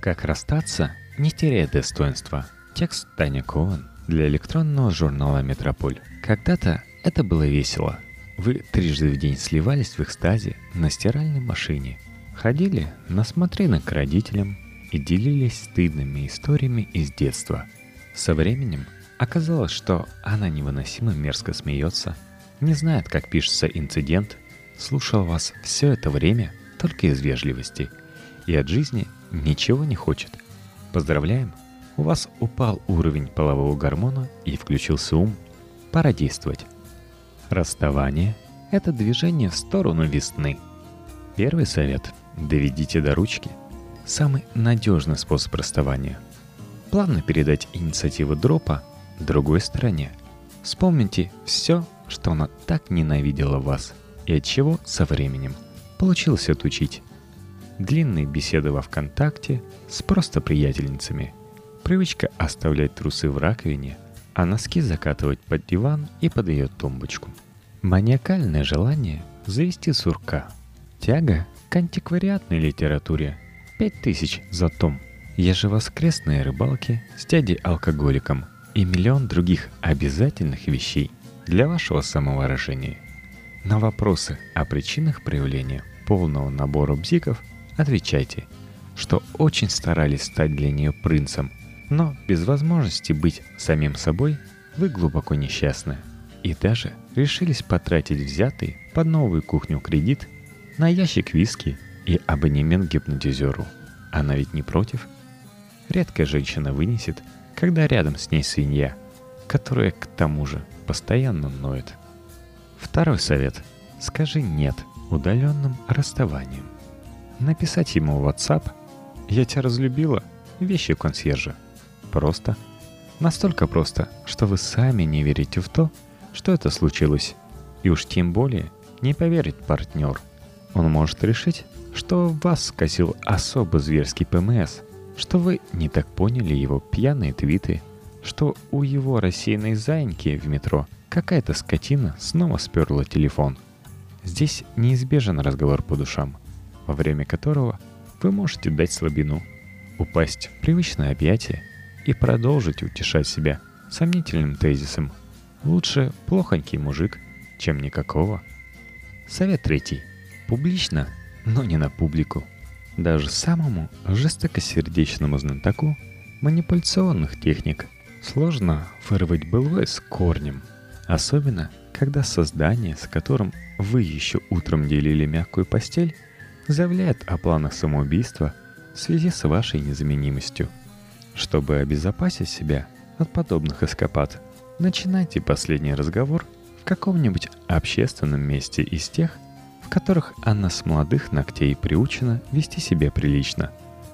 Как расстаться, не теряя достоинства. Текст Таня Коэн для электронного журнала «Метрополь». Когда-то это было весело. Вы трижды в день сливались в экстазе на стиральной машине, ходили на смотрины к родителям и делились стыдными историями из детства. Со временем оказалось, что она невыносимо мерзко смеется, не знает, как пишется инцидент, слушал вас все это время только из вежливости и от жизни ничего не хочет. Поздравляем! У вас упал уровень полового гормона и включился ум. Пора действовать. Расставание – это движение в сторону весны. Первый совет – доведите до ручки. Самый надежный способ расставания. Плавно передать инициативу дропа другой стороне. Вспомните все, что она так ненавидела вас и от чего со временем получилось отучить. Длинные беседы во ВКонтакте с просто приятельницами. Привычка оставлять трусы в раковине, а носки закатывать под диван и под ее тумбочку. Маниакальное желание завести сурка. Тяга к антиквариатной литературе. 5000 за том. Ежевоскресные рыбалки с дядей-алкоголиком и миллион других обязательных вещей для вашего самовыражения. На вопросы о причинах проявления полного набора бзиков отвечайте, что очень старались стать для нее принцем, но без возможности быть самим собой вы глубоко несчастны. И даже решились потратить взятый под новую кухню кредит на ящик виски и абонемент к гипнотизеру. Она ведь не против? Редкая женщина вынесет, когда рядом с ней свинья, которая к тому же постоянно ноет. Второй совет. Скажи «нет» удаленным расставаниям. Написать ему в WhatsApp «Я тебя разлюбила» вещи консьержа. Просто. Настолько просто, что вы сами не верите в то, что это случилось. И уж тем более не поверит партнер. Он может решить, что вас скосил особо зверский ПМС, что вы не так поняли его пьяные твиты, что у его рассеянной заиньки в метро какая-то скотина снова сперла телефон. Здесь неизбежен разговор по душам, во время которого вы можете дать слабину, упасть в привычное объятие и продолжить утешать себя сомнительным тезисом «Лучше плохонький мужик, чем никакого». Совет третий. Публично, но не на публику. Даже самому жестокосердечному знатоку манипуляционных техник сложно вырвать былое с корнем, особенно когда создание, с которым вы еще утром делили мягкую постель, заявляет о планах самоубийства в связи с вашей незаменимостью. Чтобы обезопасить себя от подобных эскапад, начинайте последний разговор в каком-нибудь общественном месте из тех, в которых она с молодых ногтей приучена вести себя прилично.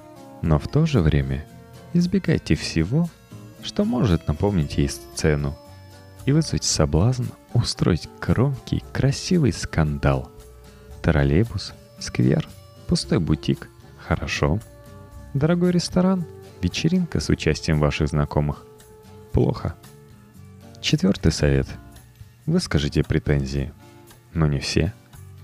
Но в то же время избегайте всего, что может напомнить ей сцену и вызвать соблазн устроить громкий, красивый скандал. Троллейбус, сквер, пустой бутик – хорошо. Дорогой ресторан, вечеринка с участием ваших знакомых – плохо. Четвертый совет. Выскажите претензии, но не все.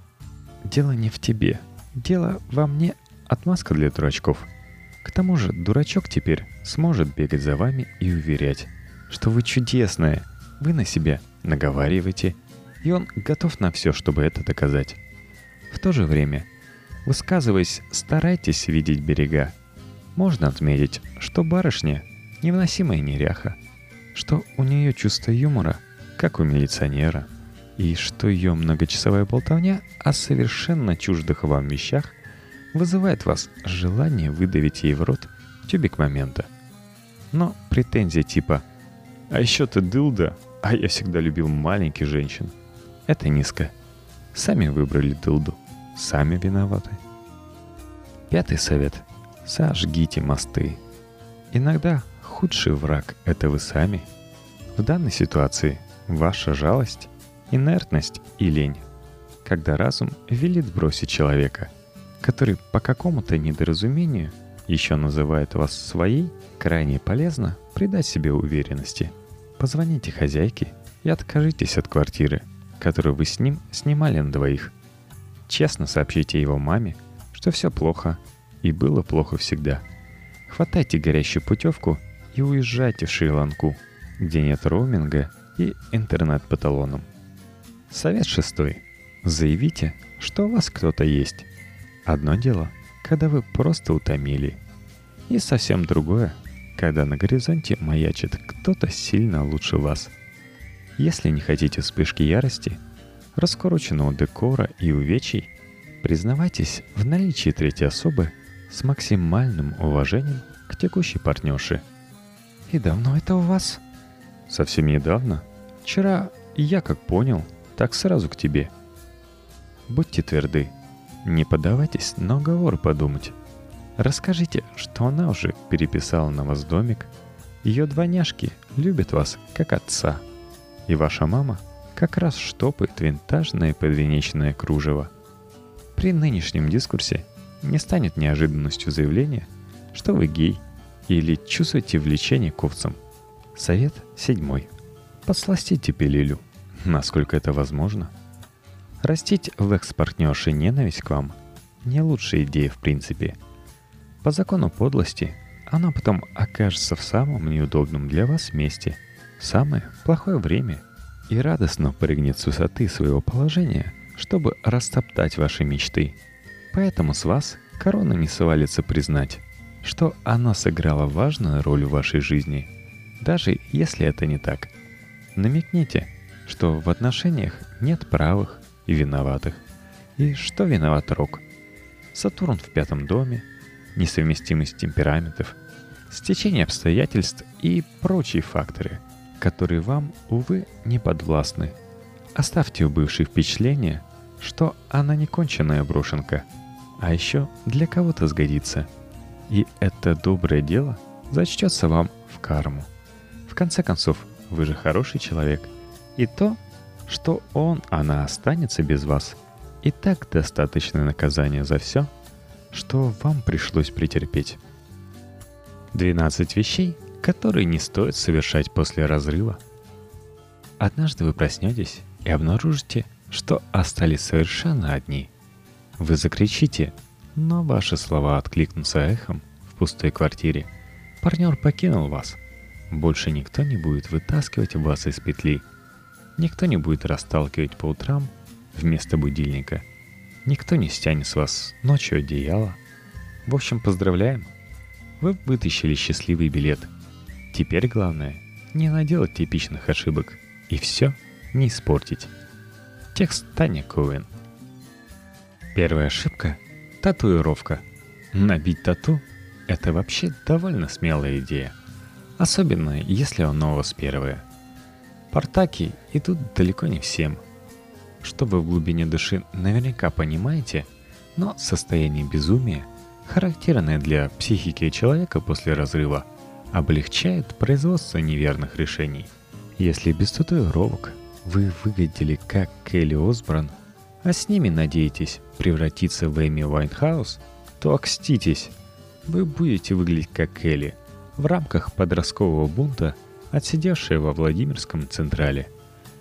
Дело не в тебе, дело во мне – отмазка для дурачков. К тому же дурачок теперь сможет бегать за вами и уверять, что вы чудесная, вы на себя наговариваете, и он готов на все, чтобы это доказать. В то же время, высказываясь, старайтесь видеть берега. Можно отметить, что барышня – невыносимая неряха, что у нее чувство юмора, как у милиционера, и что ее многочасовая болтовня о совершенно чуждых вам вещах вызывает в вас желание выдавить ей в рот тюбик момента. Но претензия типа «А еще ты дылда, а я всегда любил маленьких женщин» — это низко. Сами выбрали дылду, сами виноваты. Пятый совет. Сожгите мосты. Иногда худший враг — это вы сами. В данной ситуации ваша жалость, инертность и лень, когда разум велит бросить человека, который по какому-то недоразумению еще называет вас своей, крайне полезно придать себе уверенности. Позвоните хозяйке и откажитесь от квартиры, которую вы с ним снимали на двоих. Честно сообщите его маме, что все плохо и было плохо всегда. Хватайте горящую путевку и уезжайте в Шри-Ланку, где нет роуминга и интернет по талонам. Совет 6. Заявите, что у вас кто-то есть. Одно дело, когда вы просто утомили. И совсем другое, когда на горизонте маячит кто-то сильно лучше вас. Если не хотите вспышки ярости, раскрученного декора и увечий, признавайтесь в наличии третьей особы с максимальным уважением к текущей партнерше. «И давно это у вас?» «Совсем недавно. Вчера я как понял, так сразу к тебе». Будьте тверды. Не поддавайтесь на уговор подумать. Расскажите, что она уже переписала на вас домик, ее двойняшки любят вас как отца, и ваша мама как раз штопает винтажное подвенечное кружево. При нынешнем дискурсе не станет неожиданностью заявление, что вы гей или чувствуете влечение к овцам. Совет 7. Подсластите пилюлю, насколько это возможно. Растить в экс-партнерше ненависть к вам – не лучшая идея в принципе. По закону подлости она потом окажется в самом неудобном для вас месте, в самое плохое время и радостно прыгнет с высоты своего положения, чтобы растоптать ваши мечты. Поэтому с вас корона не свалится признать, что она сыграла важную роль в вашей жизни, даже если это не так. Намекните, что в отношениях нет правых и виноватых, и что виноват рок. Сатурн в 5 доме, несовместимость темпераментов, стечение обстоятельств и прочие факторы, которые вам, увы, не подвластны. Оставьте у бывшей впечатление, что она не конченая брошенка, а еще для кого-то сгодится. И это доброе дело зачтется вам в карму. В конце концов, вы же хороший человек. И то, что она останется без вас, и так достаточное наказание за все, что вам пришлось претерпеть. 12 вещей, которые не стоит совершать после разрыва. Однажды вы проснетесь и обнаружите, что остались совершенно одни. Вы закричите, но ваши слова откликнутся эхом в пустой квартире. Партнер покинул вас. Больше никто не будет вытаскивать вас из петли. Никто не будет расталкивать по утрам вместо будильника. Никто не стянет с вас ночью одеяло. В общем, поздравляем. Вы вытащили счастливый билет. Теперь главное не наделать типичных ошибок и все не испортить. Текст Таня Коуэн. Первая ошибка – татуировка. Набить тату – это вообще довольно смелая идея. Особенно, если оно у вас первое. Портаки идут далеко не всем. Что вы в глубине души наверняка понимаете, но состояние безумия, характерное для психики человека после разрыва, облегчает производство неверных решений. Если без татуировок вы выглядели как Келли Осборн, а с ними надеетесь превратиться в Эми Уайнхаус, то окститесь. Вы будете выглядеть как Келли в рамках подросткового бунта, отсидевшая во Владимирском Централе.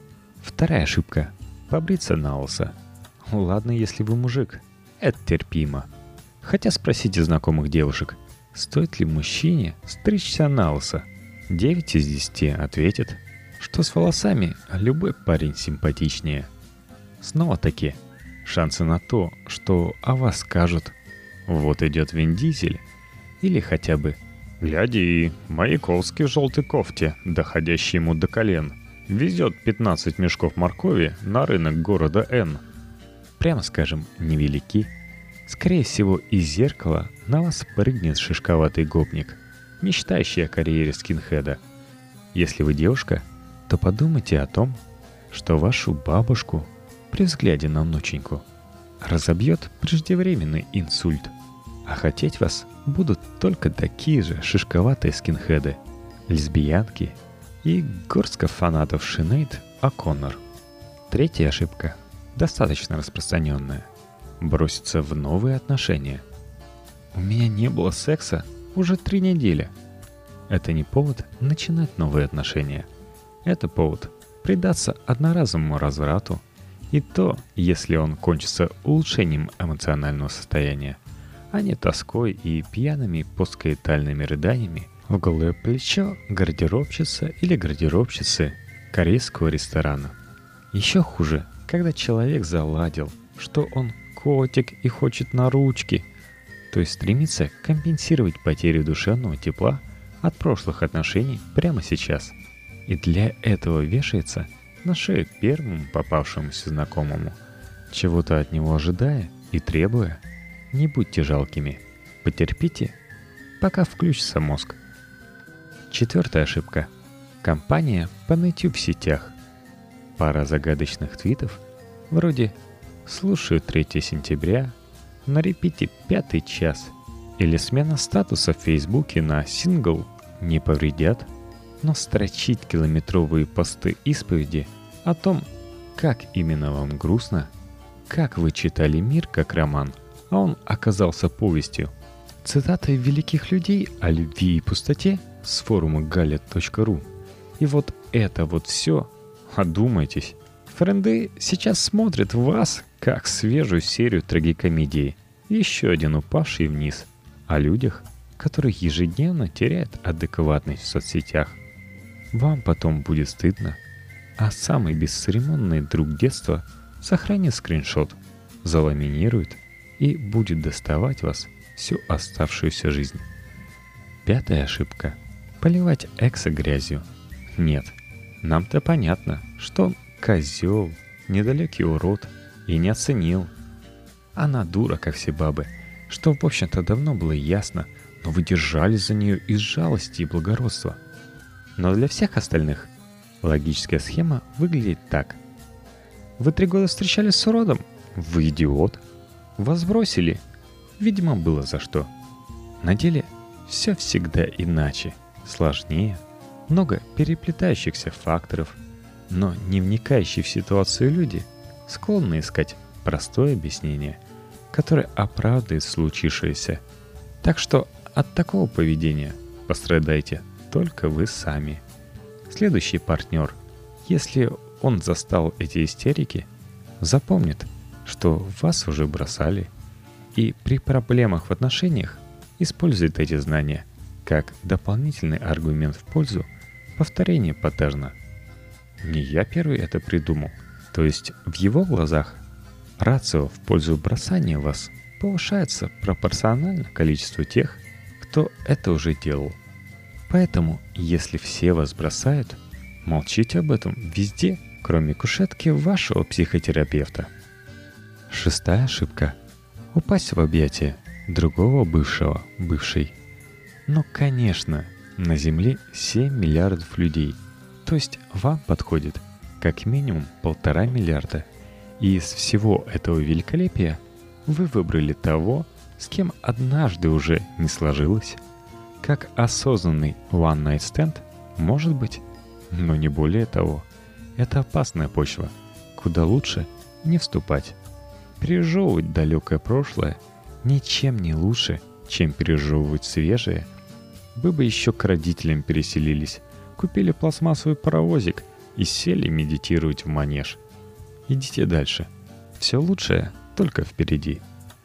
Вторая ошибка – побриться на лысо. Ладно, если вы мужик, это терпимо. Хотя спросите знакомых девушек, стоит ли мужчине стричься на лысо. 9 из 10 ответят, что с волосами любой парень симпатичнее. Снова-таки, шансы на то, что о вас скажут «вот идет Вин Дизель» или хотя бы «гляди, Маяковский в желтой кофте, доходящий ему до колен, везет 15 мешков моркови на рынок города Н», прямо скажем, невелики. Скорее всего, из зеркала на вас прыгнет шишковатый гопник, мечтающий о карьере скинхеда. Если вы девушка, то подумайте о том, что вашу бабушку при взгляде на внученьку разобьет преждевременный инсульт, а хотеть вас будут только такие же шишковатые скинхеды, лесбиянки и горстка фанатов Синейд О'Коннор. Третья ошибка, достаточно распространенная – броситься в новые отношения. У меня не было секса уже 3 недели. Это не повод начинать новые отношения. Это повод предаться одноразовому разврату, и то, если он кончится улучшением эмоционального состояния, а не тоской и пьяными посткаитальными рыданиями в голое плечо гардеробщица или гардеробщицы корейского ресторана. Еще хуже, когда человек заладил, что он котик и хочет на ручки, то есть стремится компенсировать потерю душевного тепла от прошлых отношений прямо сейчас. И для этого вешается на шею первому попавшемуся знакомому, чего-то от него ожидая и требуя. Не будьте жалкими, потерпите, пока включится мозг. 4 ошибка. Компания по нытью в сетях. Пара загадочных твитов, вроде «Слушаю 3 сентября», «На репите 5 час» или смена статуса в Фейсбуке на «Сингл» не повредят, но строчить километровые посты исповеди о том, как именно вам грустно, как вы читали мир как роман, а он оказался повестью. Цитаты великих людей о любви и пустоте с форума galet.ru. И вот это вот все, одумайтесь. Френды сейчас смотрят вас, как свежую серию трагикомедии. Еще один упавший вниз. О людях, которые ежедневно теряют адекватность в соцсетях. Вам потом будет стыдно. А самый бесцеремонный друг детства сохранит скриншот, заламинирует и будет доставать вас всю оставшуюся жизнь. 5 ошибка. Поливать экса грязью. Нет, нам-то понятно, что он козел, недалекий урод и не оценил. Она дура, как все бабы, что, в общем-то, давно было ясно, но вы держались за нее из жалости и благородства. Но для всех остальных логическая схема выглядит так. Вы 3 года встречались с уродом? Вы идиот. Вас бросили? Видимо, было за что. На деле все всегда иначе, сложнее, много переплетающихся факторов, но не вникающие в ситуацию люди склонны искать простое объяснение, которое оправдывает случившееся. Так что от такого поведения пострадаете только вы сами. Следующий партнер, если он застал эти истерики, запомнит, что вас уже бросали, и при проблемах в отношениях использует эти знания как дополнительный аргумент в пользу повторения паттерна. Не я первый это придумал. То есть в его глазах рацио в пользу бросания вас повышается пропорционально количеству тех, кто это уже делал. Поэтому, если все вас бросают, молчите об этом везде, кроме кушетки вашего психотерапевта. 6 ошибка. Упасть в объятия другого бывшего, бывшей. Ну, конечно, на Земле 7 миллиардов людей, то есть вам подходит как минимум 1,5 миллиарда. И из всего этого великолепия вы выбрали того, с кем однажды уже не сложилось. Как осознанный one night stand, может быть, но не более того. Это опасная почва, куда лучше не вступать. Пережевывать далекое прошлое ничем не лучше, чем пережевывать свежее. Вы бы еще к родителям переселились, купили пластмассовый паровозик и сели медитировать в манеж. Идите дальше. Все лучшее только впереди.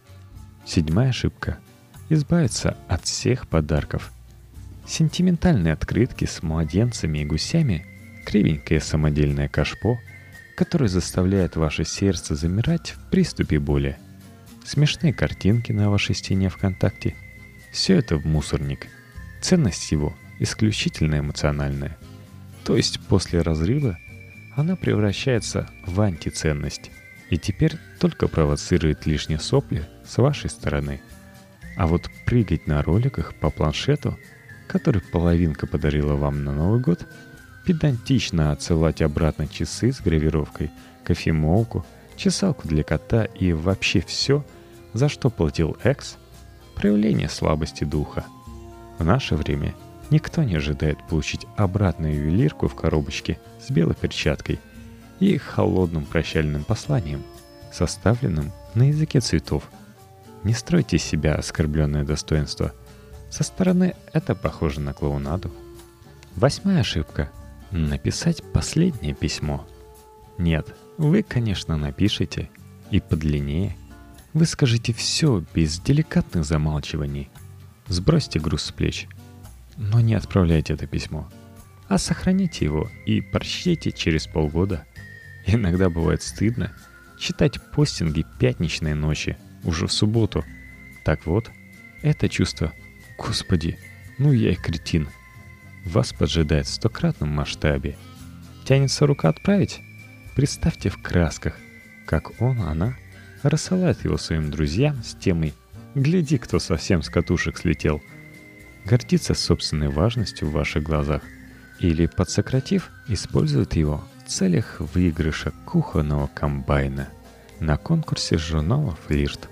7 ошибка. Избавиться от всех подарков. Сентиментальные открытки с младенцами и гусями, кривенькое самодельное кашпо, которое заставляет ваше сердце замирать в приступе боли, смешные картинки на вашей стене ВКонтакте. Все это в мусорник. Ценность его исключительно эмоциональная. То есть после разрыва она превращается в антиценность и теперь только провоцирует лишние сопли с вашей стороны. А вот прыгать на роликах по планшету, который половинка подарила вам на Новый год, педантично отсылать обратно часы с гравировкой, кофемолку, чесалку для кота и вообще все, за что платил экс, проявление слабости духа. В наше время никто не ожидает получить обратную ювелирку в коробочке с белой перчаткой и холодным прощальным посланием, составленным на языке цветов. Не стройте из себя оскорбленное достоинство. Со стороны это похоже на клоунаду. 8 ошибка. Написать последнее письмо. Нет, вы, конечно, напишите, и подлиннее, Вы скажите все без деликатных замалчиваний. Сбросьте груз с плеч. Но не отправляйте это письмо, а сохраните его и прочтите через полгода. Иногда бывает стыдно читать постинги пятничной ночи уже в субботу. Так вот, это чувство «Господи, ну я и кретин» вас поджидает в 100-кратном масштабе. Тянется рука отправить? Представьте в красках, как она рассылает его своим друзьям с темой «Гляди, кто совсем с катушек слетел». Гордится собственной важностью в ваших глазах. Или, подсократив, использует его в целях выигрыша кухонного комбайна на конкурсе журнала «Флирт».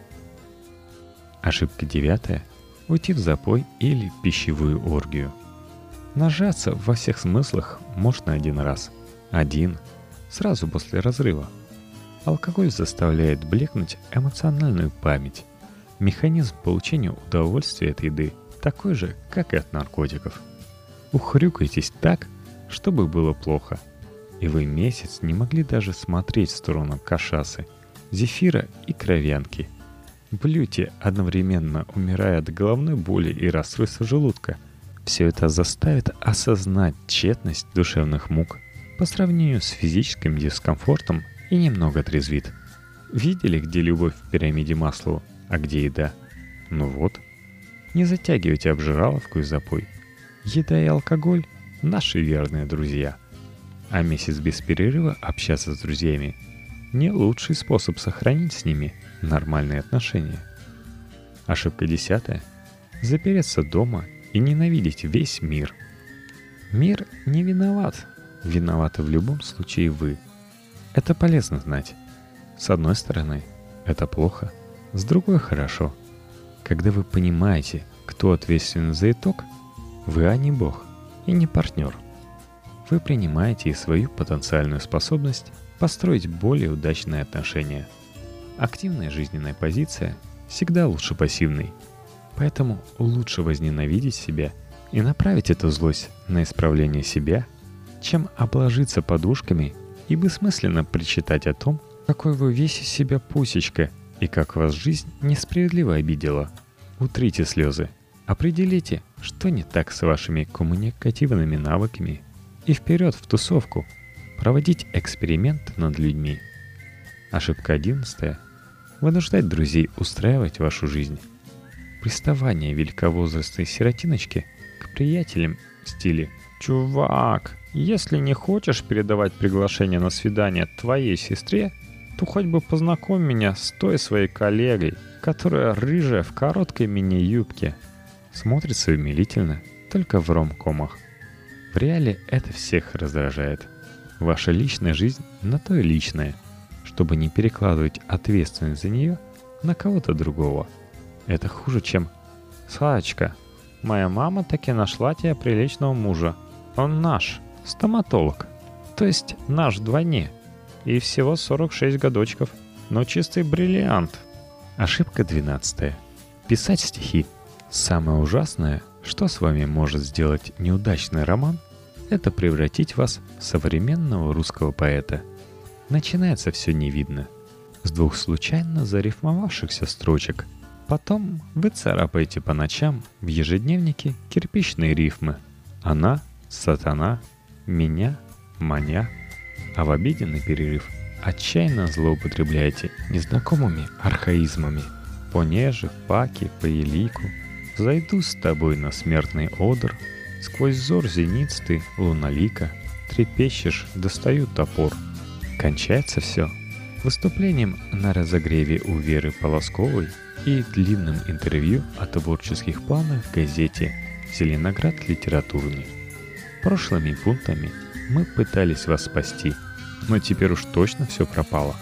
Ошибка 9. Уйти в запой или пищевую оргию. Нажаться во всех смыслах можно один раз. Сразу после разрыва. Алкоголь заставляет блекнуть эмоциональную память. Механизм получения удовольствия от еды такой же, как и от наркотиков. Ухрюкайтесь так, чтобы было плохо. И вы месяц не могли даже смотреть в сторону кашасы, зефира и кровянки. Блюйте, одновременно умирая от головной боли и расстройства желудка. Все это заставит осознать тщетность душевных мук по сравнению с физическим дискомфортом и немного отрезвит. Видели, где любовь в пирамиде Маслоу, а где еда? Ну вот. Не затягивайте обжираловку и запой. Еда и алкоголь – наши верные друзья. А месяц без перерыва общаться с друзьями – не лучший способ сохранить с ними нормальные отношения. Ошибка 10. Запереться дома и ненавидеть весь мир. Мир не виноват. Виноваты в любом случае вы. Это полезно знать. С одной стороны, это плохо, с другой – хорошо. Когда вы понимаете, кто ответственен за итог, вы, а не Бог, и не партнер. Вы принимаете и свою потенциальную способность построить более удачные отношения. Активная жизненная позиция всегда лучше пассивной. Поэтому лучше возненавидеть себя и направить эту злость на исправление себя, чем обложиться подушками и бессмысленно причитать о том, какой вы весь из себя пусечка и как вас жизнь несправедливо обидела. Утрите слезы. Определите, что не так с вашими коммуникативными навыками, и вперед в тусовку. Проводить эксперименты над людьми. Ошибка 11. Вынуждать друзей устраивать вашу жизнь. Приставание великовозрастной сиротиночки к приятелям в стиле «Чувак, если не хочешь передавать приглашение на свидание твоей сестре, то хоть бы познакомь меня с той своей коллегой, которая рыжая в короткой мини-юбке». Смотрится умилительно, только в ромкомах. В реале это всех раздражает. Ваша личная жизнь на то и личная, чтобы не перекладывать ответственность за нее на кого-то другого. Это хуже, чем «Саечка, моя мама таки нашла тебе приличного мужа. Он наш, стоматолог, то есть наш вдвойне, и всего 46 годочков, но чистый бриллиант». Ошибка 12. Писать стихи. Самое ужасное, что с вами может сделать неудачный роман, это превратить вас в современного русского поэта. Начинается все невидно, с 2 случайно зарифмовавшихся строчек. Потом вы царапаете по ночам в ежедневнике кирпичные рифмы. Она, сатана, меня, маня. А в обеденный перерыв отчаянно злоупотребляете незнакомыми архаизмами. Понеже, паки, по елику. Зайду с тобой на смертный одр. Сквозь зор зениц ты, луналика. Трепещешь, достаю топор. Кончается все выступлением на разогреве у Веры Полосковой и длинным интервью о творческих планах в газете «Зеленоград литературный». Прошлыми пунктами мы пытались вас спасти, но теперь уж точно все пропало.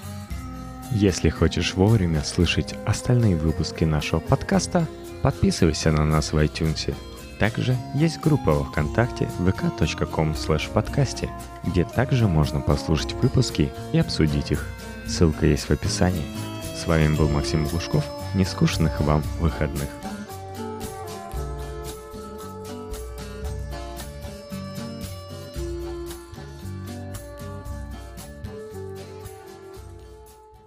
Если хочешь вовремя слышать остальные выпуски нашего подкаста, подписывайся на нас в iTunes. Также есть группа во ВКонтакте vk.com/подкасте, где также можно послушать выпуски и обсудить их. Ссылка есть в описании. С вами был Максим Глушков. Нескучных вам выходных.